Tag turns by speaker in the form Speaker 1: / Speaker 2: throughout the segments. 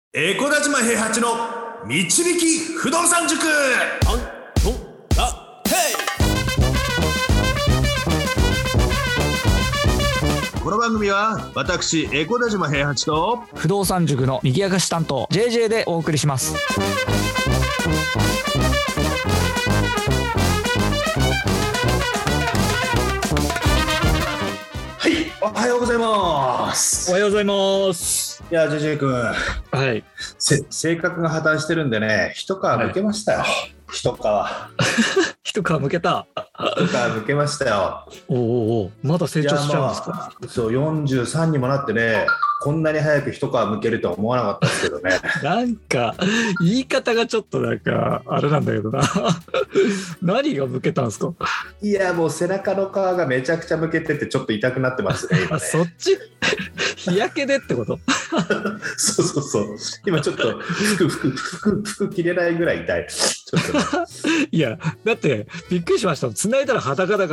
Speaker 1: エコダ島平八の導き不動産塾。この番組は私エコダ島平八と
Speaker 2: 不動産塾の右明かし担当 JJ でお送りします。
Speaker 1: はい、おはようございます。
Speaker 2: おはようございます。
Speaker 1: いや JJ 君、
Speaker 2: はい、
Speaker 1: 性格が破綻してるんでね、一皮むけましたよ、はい、一
Speaker 2: 皮むけた。
Speaker 1: 一皮むけましたよ。
Speaker 2: おまだ成長しちゃうんですか。
Speaker 1: そう43にもなってね、こんなに早く一皮むけるとは思わなかったですけどね。
Speaker 2: なんか言い方がちょっとなんかあれなんだけどな。何がむけたんですか。
Speaker 1: いやもう背中の皮がめちゃくちゃむけててちょっと痛くなってますね今ね。
Speaker 2: そっち日焼けでってこと。
Speaker 1: そう今ちょっと服着れないぐらい痛い。ちょっと、ね、
Speaker 2: いやだってびっくりしました。繋いだら裸だから。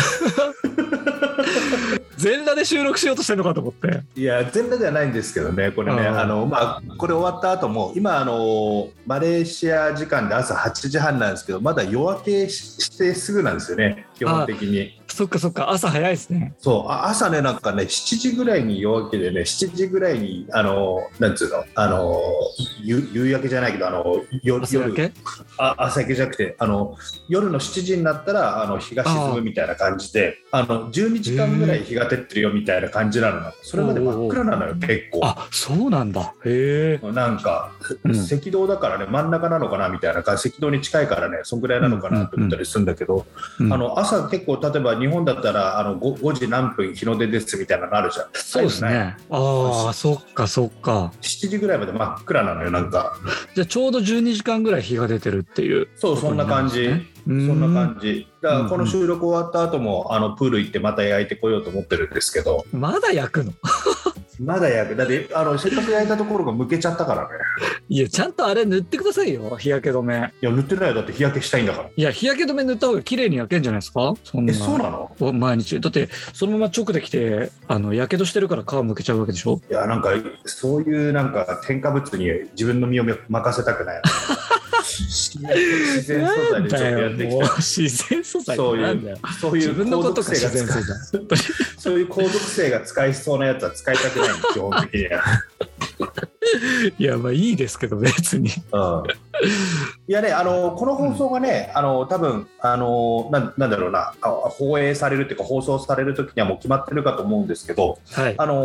Speaker 2: 全裸で収録しようとしてるのかと思って。いや
Speaker 1: 全裸ではないんですけどね、これね、これ終わった後も今マレーシア時間で朝8時半なんですけど、まだ夜明けしてすぐなんですよね基本的に。
Speaker 2: そっか朝早いですね。
Speaker 1: そう朝ね、なんかね7時ぐらいに夜明けでね、7時ぐらいになんつうの夕焼けじゃないけど
Speaker 2: 朝焼け
Speaker 1: じゃなくて夜の7時になったら日が沈むみたいな感じで、12時間ぐらい日が照ってるよみたいな感じなの。それまで真っ暗なのよ結構。
Speaker 2: あ、そうなんだ。へえ。
Speaker 1: なんか、赤道だからね真ん中なのかなみたいな感じ、赤道に近いからねそんぐらいなのかなと思ったりするんだけど、朝結構例えば日本だったら5時何分日の出ですみたいなのあるじゃん。
Speaker 2: そうですね。ああ、そっか。
Speaker 1: 7時ぐらいまで真っ暗なのよなんか。
Speaker 2: じゃあちょうど12時間ぐらい日が出てるっていう、ね。
Speaker 1: そう、そんな感じ。そんな感じだから、この収録終わった後もプール行ってまた焼いてこようと思ってるんですけど。
Speaker 2: まだ焼くの？
Speaker 1: まだ焼く。だってせっかく焼いたところがむけちゃったからね。い
Speaker 2: やちゃんとあれ塗ってくださいよ、日焼け止め。
Speaker 1: いや塗ってないよ、だって日焼けしたいんだから。
Speaker 2: いや日焼け止め塗った方が綺麗に焼けんじゃないですか。
Speaker 1: そうなの？
Speaker 2: 毎日だってそのまま直できてやけどしてるから皮むけちゃうわけでしょ。
Speaker 1: いやなんかそういうなんか添加物に自分の身を任せたくない。自然素材でちょっとやってきた。
Speaker 2: 自然素材なんだよ。
Speaker 1: そういう高属性がそういう高属性が使いそうなやつは使いたくないの基本的には。
Speaker 2: いやまあいいですけど別に。
Speaker 1: いやねこの放送がね、多分なんだろうな、放映されるっていうか放送される時にはもう決まってるかと思うんですけど、はい、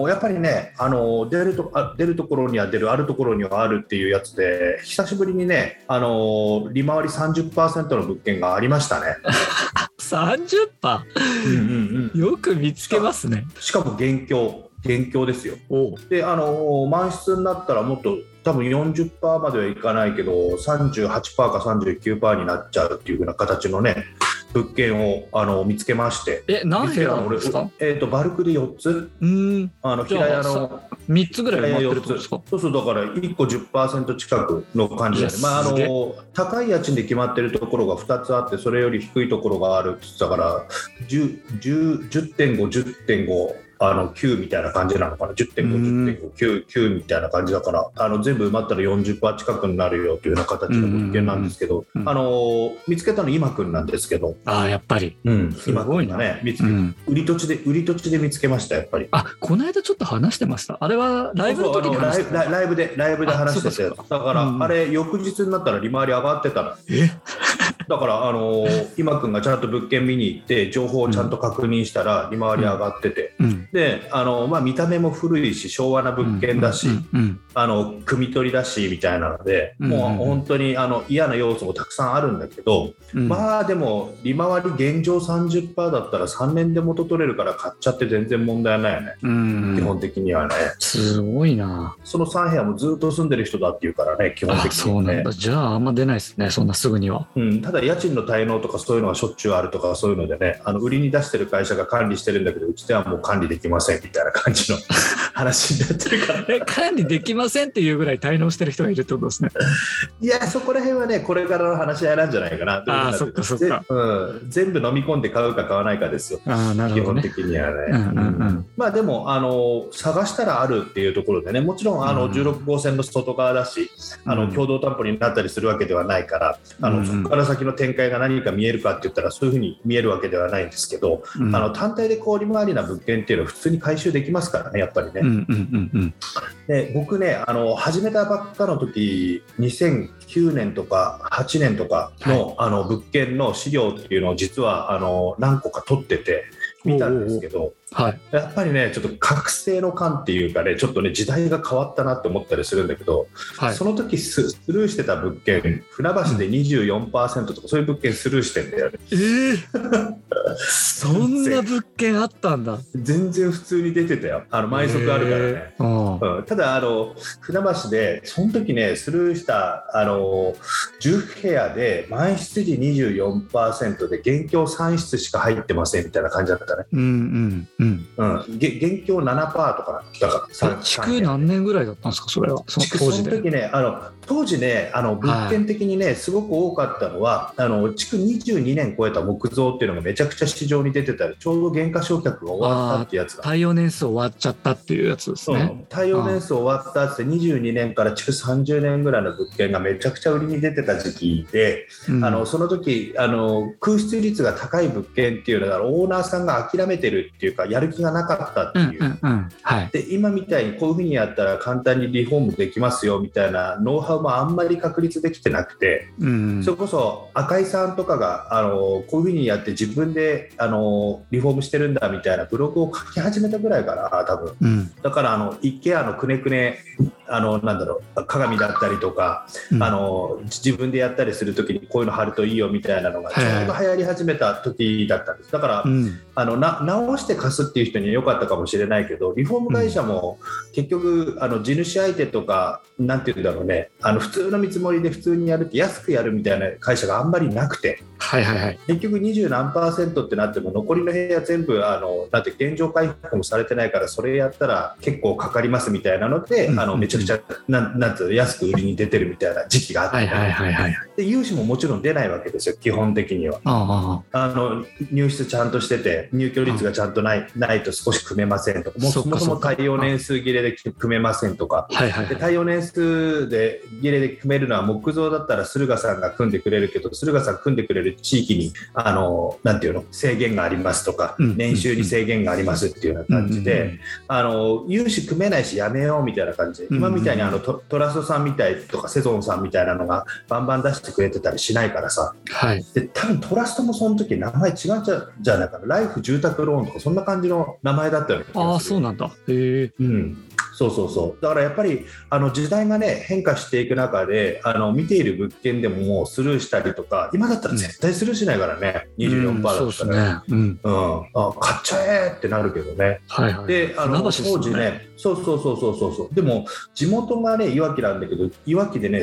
Speaker 1: やっぱりね出るところには出る、あるところにはあるっていうやつで久しぶりにね利回り 30% の物件がありましたね。
Speaker 2: 30%、よく見つけますね。
Speaker 1: しかも現況ですよ。で満室になったらもっと多分 40% まではいかないけど 38% か 39% になっちゃうっていう風な形のね物件を見つけまして。
Speaker 2: 何部屋なんですか？
Speaker 1: バルクで4つ。平屋の
Speaker 2: 3つぐらい埋まってるってことですか？
Speaker 1: そうだから1個 10% 近くの感じで、高い家賃で決まってるところが2つあって、それより低いところがあるって言ってたから 10.5 9みたいな感じなのかな。 10.5 10.5 9みたいな感じだから、全部埋まったら 40% 近くになるよというような形の物件なんですけど、見つけたの今くんなんですけど。
Speaker 2: やっぱり、
Speaker 1: すごいなね。売り土地で見つけました。やっぱり
Speaker 2: この間ちょっと話してました。あれはライブの時に話してた。ライブで話してて、だから、あれ翌日になったら利回り上がってたの。だから今くんがちゃんと物件見に行って情報をちゃんと確認したら利回り上がってて、で見た目も古いし昭和な物件だし、汲み取りだしみたいなので、もう本当に嫌な要素もたくさんあるんだけど、でも利回り現状 30% だったら3年で元取れるから買っちゃって全然問題ないよね。基本的にはね。すごいな。
Speaker 1: その3部屋もずっと住んでる人だっていうからね、基本的にはね。
Speaker 2: そうなんだ。じゃああんま出ないですね、そんなすぐには。
Speaker 1: ただだ家賃の滞納とかそういうのがしょっちゅうあるとか、そういうのでね、売りに出してる会社が管理してるんだけど、うちではもう管理できませんみたいな感じの話になってるから
Speaker 2: 管理できませんっていうぐらい滞納してる人がいるってことですね。
Speaker 1: いや、そこら辺はね、これからの話し合いなんじゃないかな。
Speaker 2: ああ、そっかそっか、
Speaker 1: 全部飲み込んで買うか買わないかですよ。
Speaker 2: あ、なるほどね、
Speaker 1: 基本的にはね。まあでも探したらあるっていうところでね、もちろん16号線の外側だし、共同担保になったりするわけではないから、そこから先の展開が何か見えるかって言ったらそういうふうに見えるわけではないんですけど、単体で利回りな物件っていうのは普通に回収できますからね、やっぱりね。で僕ね、始めたばっかの時、2009年とか8年とかの、物件の資料っていうのを実は何個か取ってて見たんですけど、やっぱりね、ちょっと覚醒の感っていうかね、ちょっとね、時代が変わったなって思ったりするんだけど、その時スルーしてた物件、船橋で 24% とかそういう物件スルーしてんだよね。
Speaker 2: そんな物件あったんだ。
Speaker 1: 全然普通に出てたよ。毎足あるからね。ただ船橋でその時ね、スルーした10部屋で満室時 24% で現況3室しか入ってませんみたいな感じだったね。現況 7% とかだから。
Speaker 2: 築何年ぐらいだったんですか、それは。その
Speaker 1: 時ね、当時ね、物件的にね、すごく多かったのは築22年超えた木造っていうのがめちゃくちゃ市場に出てたり、ちょうど減価償却が終わったってやつが、
Speaker 2: 耐用年数終わっちゃったっていうやつですね。
Speaker 1: 耐用年数終わったって22年から築30年ぐらいの物件がめちゃくちゃ売りに出てた時期で、その時空室率が高い物件っていうのがオーナーさんが諦めてるっていうか、やる気がなかったっていう、で今みたいにこういうふうにやったら簡単にリフォームできますよみたいなノウハウもあんまり確立できてなくて、それこそ赤井さんとかがこういうふうにやって自分でリフォームしてるんだみたいなブログを書き始めたぐらいかな、多分。だから一軒家のくねくねなんだろう、鏡だったりとか、自分でやったりする時にこういうの貼るといいよみたいなのがちょうど流行り始めた時だったんです。だから、直して貸すっていう人には良かったかもしれないけど、リフォーム会社も結局地主相手とか、なんていうんだろうね、普通の見積もりで普通にやるって安くやるみたいな会社があんまりなくて、結局20何%ってなっても残りの部屋全部だって現状回復もされてないから、それやったら結構かかりますみたいなので、めちゃくちゃなんていうの、安く売りに出てるみたいな時期があって、で融資ももちろん出ないわけですよ、基本的には。入室ちゃんとしてて入居率がちゃんとないと少し組めませんとか、そもそも耐用年数切れで組めませんとか、で耐用年数で切れで組めるのは木造だったら駿河さんが組んでくれるけど、駿河さん組んでくれる地域になんていうの、制限がありますとか、年収に制限がありますっていうような感じで、融資組めないしやめようみたいな感じで、今みたいにトラストさんみたいとかセゾンさんみたいなのがバンバン出してくれてたりしないからさ、で多分トラストもその時名前違うんじゃないかな、ライフ住宅ローンとかそんな感じの名前だったよね。
Speaker 2: そうなんだ。へえ。
Speaker 1: そうだからやっぱり時代がね変化していく中で見ている物件でももうスルーしたりとか、今だったら絶対スルーしないからね、24% だったら、買っちゃえってなるけどね。で当時ね、そうでも地元がねいわきなんだけど、いわきでね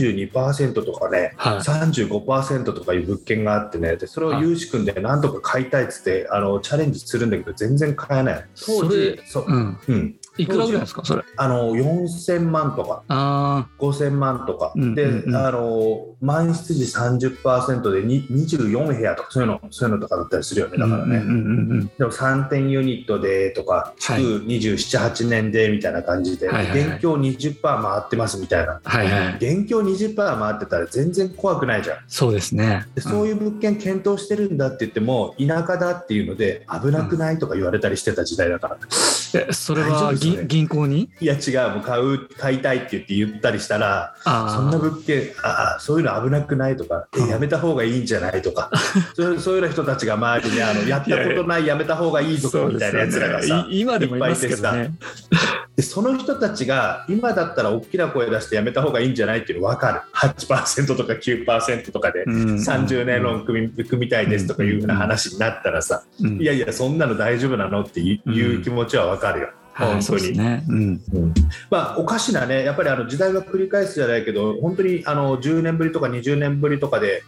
Speaker 1: 32% とかね、35% とかいう物件があってね、でそれを融資組んで何とか買いたいっつってチャレンジするんだけど全然買えない。当時
Speaker 2: いくらぐらいですかそれ。
Speaker 1: 4000万とか5000万とか、で満室時 30% で24部屋とかそういうのとかだったりするよね。だからね、でも3点ユニットでとか築27、8年でみたいな感じで、現況 20% 回ってますみたいな、現況 20% 回ってたら全然怖くないじゃん。
Speaker 2: そうですね。
Speaker 1: でそういう物件検討してるんだって言っても田舎だっていうので危なくないとか言われたりしてた時代だから、
Speaker 2: それは銀行に？
Speaker 1: いや違う、もう買いたいって言ったりしたら、そんな物件そういうの危なくないとか、やめた方がいいんじゃないとかそういうような人たちが周りにやったことないやめた方がいいとかみたいなやつらがさ、
Speaker 2: 今でもいますけどね。
Speaker 1: でその人たちが今だったら大きな声出してやめた方がいいんじゃないっていうの分かる。 8% とか 9% とかで30年ローン組みたいですとかいうような話になったらさ、いやいやそんなの大丈夫なのっていう気持ちは分かるよ。本当に、おかしなね、やっぱり時代が繰り返すじゃないけど、本当に10年ぶりとか20年ぶりとかで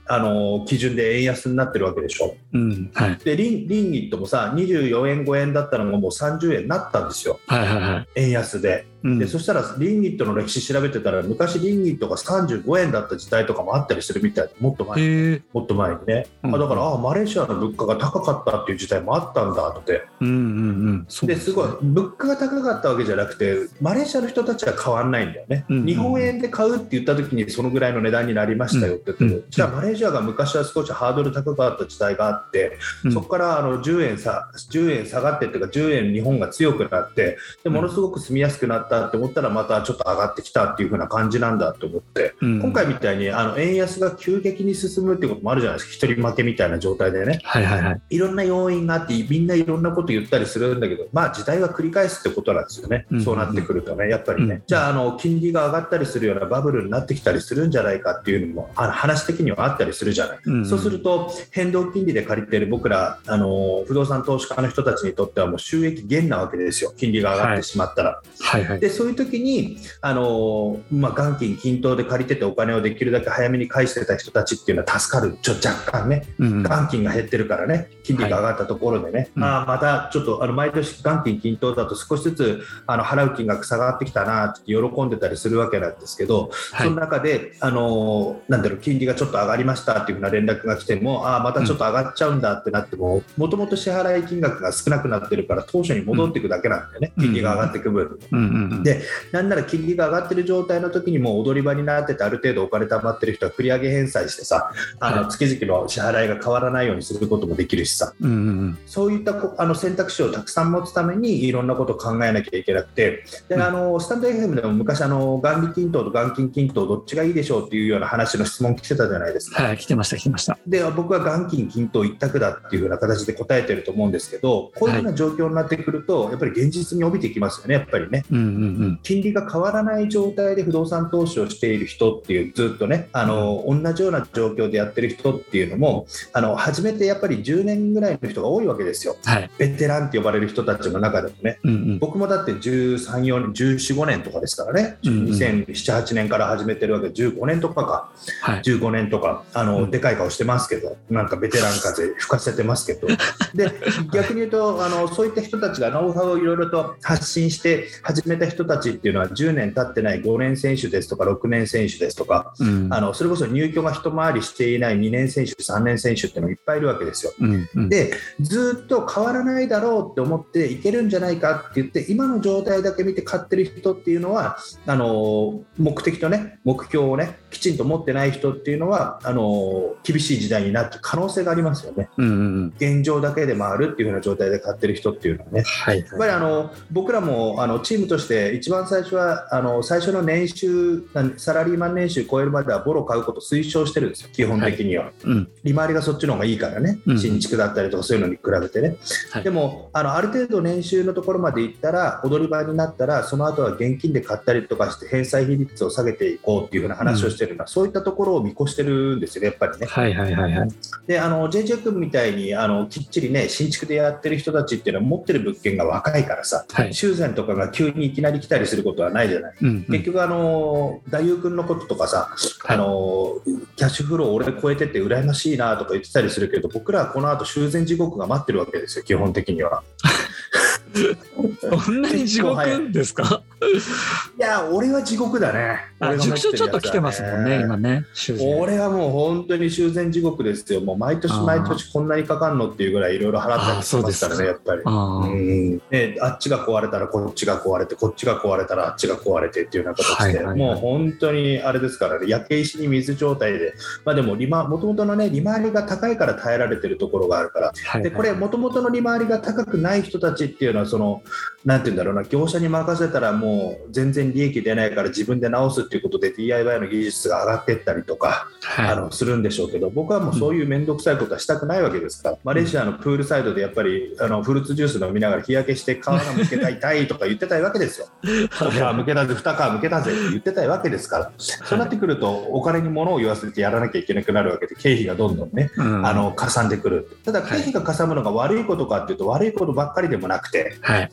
Speaker 1: 基準で円安になってるわけでしょ、
Speaker 2: はい、
Speaker 1: でリンギットもさ24円5円だったのがもう30円になったんですよ、円安で。でそしたらリンギットの歴史調べてたら昔リンギットが35円だった時代とかもあったりするみたいで、もっと前にね、だからマレーシアの物価が高かったっていう時代もあったんだって、ですごい物価が高かったわけじゃなくてマレーシアの人たちは変わんないんだよね、日本円で買うって言った時にそのぐらいの値段になりましたよって言って、じゃあマレーシアが昔は少しハードル高かった時代があって、そこから10円下がってっていうか10円日本が強くなってでものすごく住みやすくなってって思ったらまたちょっと上がってきたっていう風な感じなんだと思って、今回みたいに円安が急激に進むっていうこともあるじゃないですか、一人負けみたいな状態でね、いろんな要因があってみんないろんなこと言ったりするんだけど、時代は繰り返すってことなんですよね、そうなってくるとねやっぱりね、じゃあ金利が上がったりするようなバブルになってきたりするんじゃないかっていうのも話的にはあったりするじゃない、そうすると変動金利で借りてる僕ら不動産投資家の人たちにとってはもう収益減なわけですよ、金利が上がってしまったら、でそういう時に元金均等で借りててお金をできるだけ早めに返してた人たちっていうのは助かる、若干ね、元金が減ってるからね、金利が上がったところでね、またちょっと毎年元金均等だと少しずつ払う金額下がってきたなって喜んでたりするわけなんですけど、その中で金利がちょっと上がりましたっていうふうな連絡が来てもまたちょっと上がっちゃうんだってなってもともと支払い金額が少なくなってるから当初に戻っていくだけなんだよね、金利が上がっていく分、でなんなら金利が上がってる状態の時にもう踊り場になっててある程度お金貯まってる人は繰り上げ返済してさ月々の支払いが変わらないようにすることもできるしさ、そういった選択肢をたくさん持つためにいろんなことを考えなきゃいけなくて、でスタンド FM でも昔元利均等と元金均等どっちがいいでしょうっていうような話の質問来てたじゃないですか。
Speaker 2: 来てました
Speaker 1: で僕は元金均等一択だっていう風な形で答えてると思うんですけど、こういうような状況になってくるとやっぱり現実に帯びてきますよね、やっぱりね、金利が変わらない状態で不動産投資をしている人っていうずっとね同じような状況でやってる人っていうのも初めてやっぱり10年ぐらいの人が多いわけですよ、ベテランって呼ばれる人たちの中でもね、僕もだって13、14、14、15年とかですからね、2007、8年から始めてるわけで15年とかか、15年とかでかい顔してますけど、なんかベテラン風吹かせてますけどで逆に言うとそういった人たちがノウハウをいろいろと発信して始めた人たちっていうのは10年経ってない5年選手ですとか6年選手ですとか、それこそ入居が一回りしていない2年選手3年選手っていうのがいっぱいいるわけですよ、でずっと変わらないだろうって思っていけるんじゃないかって言って今の状態だけ見て買ってる人っていうのは目的とね目標をねきちんと持ってない人っていうのは厳しい時代になって可能性がありますよね、現状だけで回るっていう風な状態で買ってる人っていうのはね、やっぱり僕らもチームとして一番最初は最初の年収サラリーマン年収超えるまではボロ買うことを推奨してるんですよ、基本的には、利回りがそっちの方がいいからね、新築だったりとかそういうのに比べてね、でもある程度年収のところまでいったら踊り場になったらその後は現金で買ったりとかして返済比率を下げていこうっていう風な話をしてるのは、そういったところを見越してるんですよね、やっぱりね。でJJ 君みたいにきっちりね新築でやってる人たちっていうのは持ってる物件が若いからさ、修繕とかが急にいきなり来たりすることはないじゃない、結局大優君のこととかさ、キャッシュフロー俺超えてて羨ましいなとか言ってたりするけど、僕らはこの後修繕地獄が待ってるわけですよ、基本的には。
Speaker 2: そんなに地獄ですか？
Speaker 1: いや俺は地獄だね。
Speaker 2: 熟女ちょっと来てますもんね今ね。
Speaker 1: 俺はもう本当に修繕地獄ですよ。もう毎年毎年こんなにかかんのっていうぐらいいろいろ払ったりしますからね、やっぱり。あっちが壊れたらこっちが壊れて、こっちが壊れたらあっちが壊れてっていうような形で、もう本当にあれですからね、焼け石に水状態で、でももともとのね利回りが高いから耐えられてるところがあるから、でこれもともとの利回りが高くない人たちっていうのはなんていうんだろうな、業者に任せたらもう全然利益出ないから自分で直すっていうことで DIY の技術が上がっていったりとか、するんでしょうけど、僕はもうそういう面倒くさいことはしたくないわけですから、マレーシアのプールサイドでやっぱりフルーツジュース飲みながら日焼けして皮がむけたいたいとか言ってたいわけですよ。1皮むけたぜ2皮むけたぜって言ってたいわけですから、そうなってくるとお金に物を言わせてやらなきゃいけなくなるわけで、経費がどんどんね、かさんでくる。ただ経費がかさむのが悪いことかっていうと悪いことばっかりでもなくて、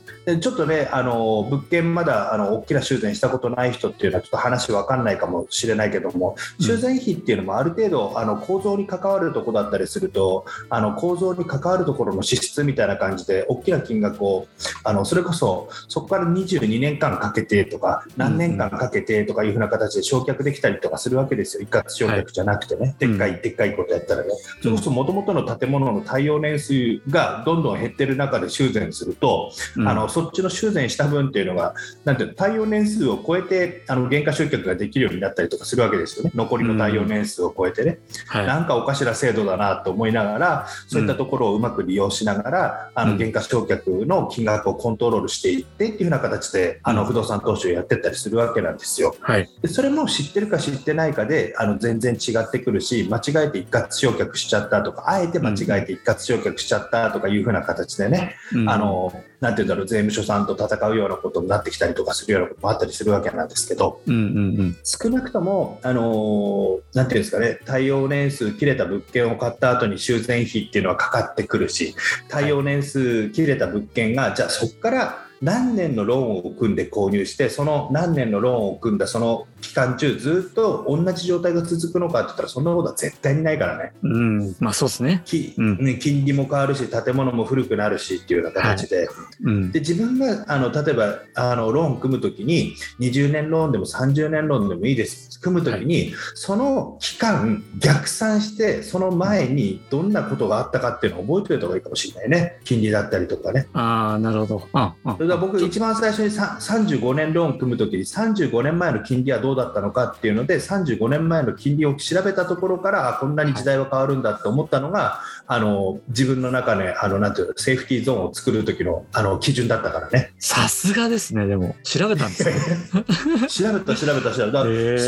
Speaker 1: ちょっとね物件まだ大きな修繕したことない人っていうのはちょっと話分かんないかもしれないけども、修繕費っていうのもある程度構造に関わるところだったりすると構造に関わるところの支出みたいな感じで大きな金額をそれこそそこから22年間かけてとか何年間かけてとかいうふうな形で償却できたりとかするわけですよ。一括償却じゃなくてね、でっかいことやったらね、それこそ元々の建物の耐用年数がどんどん減ってる中で修繕すると、そっちの修繕した分っていうのがなんていうの耐用年数を超えて減価償却ができるようになったりとかするわけですよね。残りの耐用年数を超えてね、なんかおかしな制度だなと思いながらそういったところをうまく利用しながら減価償却の金額をコントロールしていってっていうような形で不動産投資をやってったりするわけなんですよ。でそれも知ってるか知ってないかで全然違ってくるし、間違えて一括償却しちゃったとかあえて間違えて一括償却しちゃったとかいう風な形でね、なんていうんだろう、税務署さんと戦うようなことになってきたりとかするようなこともあったりするわけなんですけど、少なくともなんていうんですかね、耐用年数切れた物件を買った後に修繕費っていうのはかかってくるし、耐用年数切れた物件がじゃあそこから何年のローンを組んで購入してその何年のローンを組んだその期間中ずっと同じ状態が続くのかって言ったらそんなことは絶対にないからね。
Speaker 2: まあそうですね。
Speaker 1: 金利も変わるし建物も古くなるしっていうような形で、で自分が例えばローン組むときに20年ローンでも30年ローンでもいいです組むときに、その期間逆算してその前にどんなことがあったかっていうのを覚えておいた方がいいかもしれないね。金利だったりとかね。
Speaker 2: なるほど。
Speaker 1: それから僕一番最初に35年ローン組むときに35年前の金利はどうだったのかっていうので35年前の金利を調べたところからこんなに時代は変わるんだって思ったのが自分の中でなんていうのセーフティーゾーンを作る時の基準だったからね。
Speaker 2: さすがですね。でも調べたんですね。
Speaker 1: 調べただから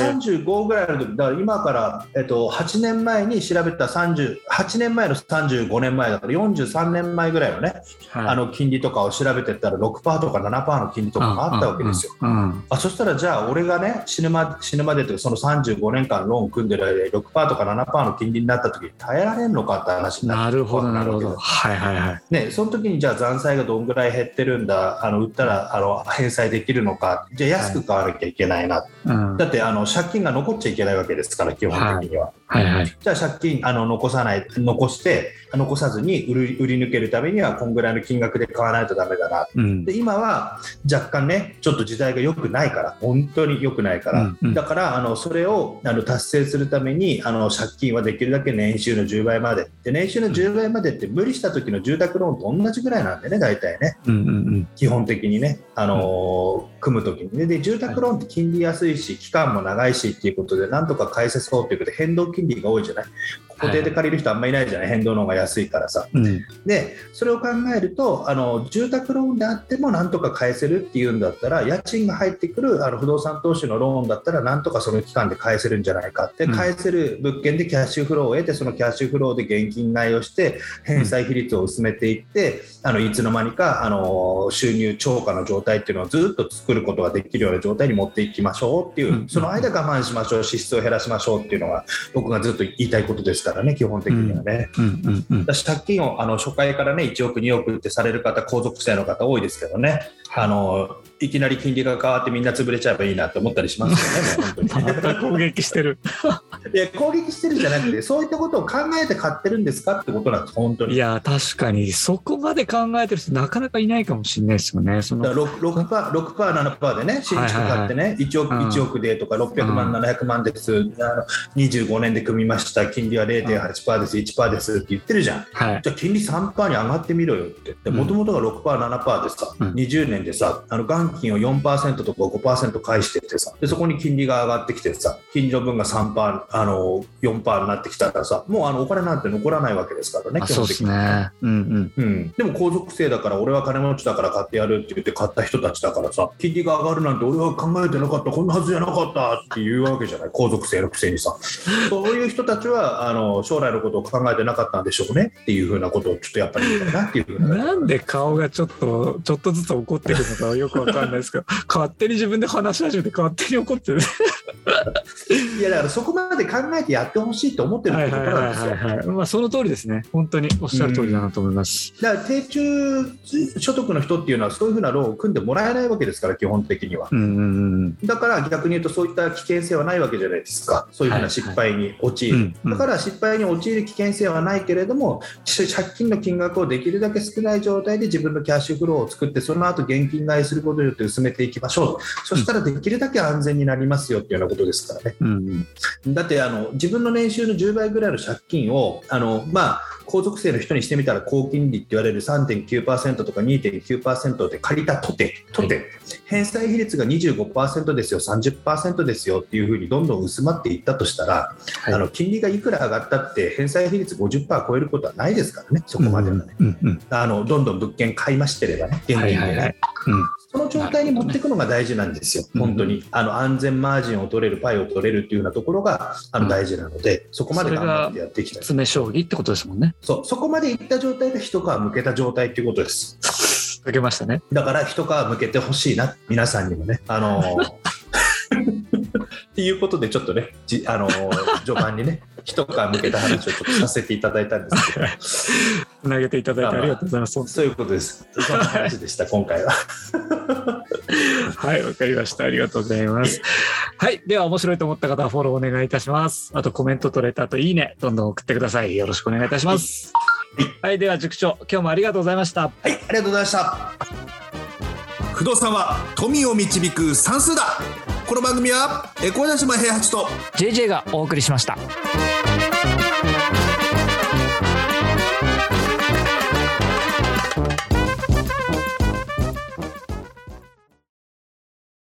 Speaker 1: 35ぐらいの時だから今から8年前に調べた8年前の35年前だから43年前ぐらいのね、金利とかを調べてったら 6% とか 7% の金利とかがあったわけですよ。そしたらじゃあ俺がね死ぬまでというかその35年間ローン組んでる間に 6% とか 7% の金利になった時に耐えられるのかって話になって。
Speaker 2: なるほどなるほど。
Speaker 1: ね、その時にじゃあ残債がどんぐらい減ってるんだ売ったら返済できるのか、じゃあ安く買わなきゃいけないな、だって借金が残っちゃいけないわけですから基本的には。じゃあ借金残さずに売り抜けるためにはこんぐらいの金額で買わないとダメだな、で今は若干ねちょっと時代が良くないから本当に良くないから、だからそれを達成するために借金はできるだけ年収の10倍までで、年収の10倍までって無理した時の住宅ローンと同じぐらいなんでね大体ね、基本的にね組む時にね。で住宅ローンって金利安いし期間も長いしっていうことでなんとか返せそうということで変動金利が多いじゃない。固定で借りる人あんまりいないじゃない、変動の方が安いからさ、でそれを考えると住宅ローンであってもなんとか返せるっていうんだったら家賃が入ってくる不動産投資のローンだったらなんとかその期間で返せるんじゃないかって、返せる物件でキャッシュフローを得てそのキャッシュフローで現金買いをして返済比率を薄めていっていつの間にか収入超過の状態っていうのをずっと作ることができるような状態に持っていきましょうっていう、その間我慢しましょう、支出を減らしましょうっていうのが僕がずっと言いたいことですからね基本的にはね。借金を初回からね1億2億ってされる方皇族生の方多いですけどね、いきなり金利が変わってみんな潰れちゃえばいいなって思ったりしますよね。もう本当に
Speaker 2: また攻撃してる
Speaker 1: いや攻撃してるんじゃなくてそういったことを考えて買ってるんですかってことなんです本当に。
Speaker 2: いや確かにそこまで考えてる人なかなかいないかもしれないですよね。その
Speaker 1: 6%、7% でね新築買ってね、1億でとか600万、700万です25年で組みました金利は 0.8% です 1% ですって言ってるじゃん、じゃあ金利 3% に上がってみろよってもともとが 6%、7% でさ、20年でさ元金を 4% とか 5% 返してってさでそこに金利が上がってきてさ金利の分が 3%、4% になってきたらさもうお金なんて残らないわけですからね基本的に。
Speaker 2: そうですね。
Speaker 1: でも皇族制だから俺は金持ちだから買ってやるって言って買った人たちだからさ金利が上がるなんて俺は考えてなかったこんなはずじゃなかったっていうわけじゃない皇族制のくせにさそういう人たちは将来のことを考えてなかったんでしょうねっていうふうなことをちょっとやっぱり言いたいなっていうふうな
Speaker 2: なんで顔がちょっとずつ怒ってくるのかよくわかんないですけど勝手に自分で話し始めて勝手に怒ってる
Speaker 1: いやだからそこまでで考えてやってほしいと思ってるってことなんですよ。
Speaker 2: その通りですね。本当におっしゃる通りだなと思います。
Speaker 1: だから低中所得の人っていうのはそういうふうなローンを組んでもらえないわけですから、基本的には。だから逆に言うとそういった危険性はないわけじゃないですか。そういうふうな失敗に陥る、だから失敗に陥る危険性はないけれども、借金の金額をできるだけ少ない状態で自分のキャッシュフローを作って、その後現金買いすることによって薄めていきましょう。そしたらできるだけ安全になりますよっていうようなことですからね。だって自分の年収の10倍ぐらいの借金を高属性の人にしてみたら高金利って言われる 3.9% とか 2.9% で借りたとて返済比率が 25% ですよ 30% ですよっていうふうにどんどん薄まっていったとしたら、金利がいくら上がったって返済比率 50% 超えることはないですからね。そこまではね、どんどん物件買いましてればね、現金でね、その状態に持っていくのが大事なんですよ。本当に安全マージンを取れる、パイを取れるっていうようなところが大事なので、そこまで頑張ってやっていきたい。
Speaker 2: 詰将棋ってことですもんね。
Speaker 1: そこまでいった状態が一皮むけた状態っていうことです。
Speaker 2: むけましたね。
Speaker 1: だから一皮むけてほしいな、皆さんにもね。っていうことでちょっとね、序盤にね一皮むけた話をちょっとさせていただいたんですけど
Speaker 2: 投げていただいてありがとうございます。
Speaker 1: そういうことです。そんな話でした今回は。
Speaker 2: はい、わかりました。ありがとうございます。はい、では面白いと思った方はフォローお願いいたします。あとコメントとレターといいねどんどん送ってください。よろしくお願いいたします。はい、では塾長、今日もありがとうございました。
Speaker 1: はい、ありがとうございました。不動産は富を導く算数だ。この番組は小枝島平八と
Speaker 2: JJ がお送りしました。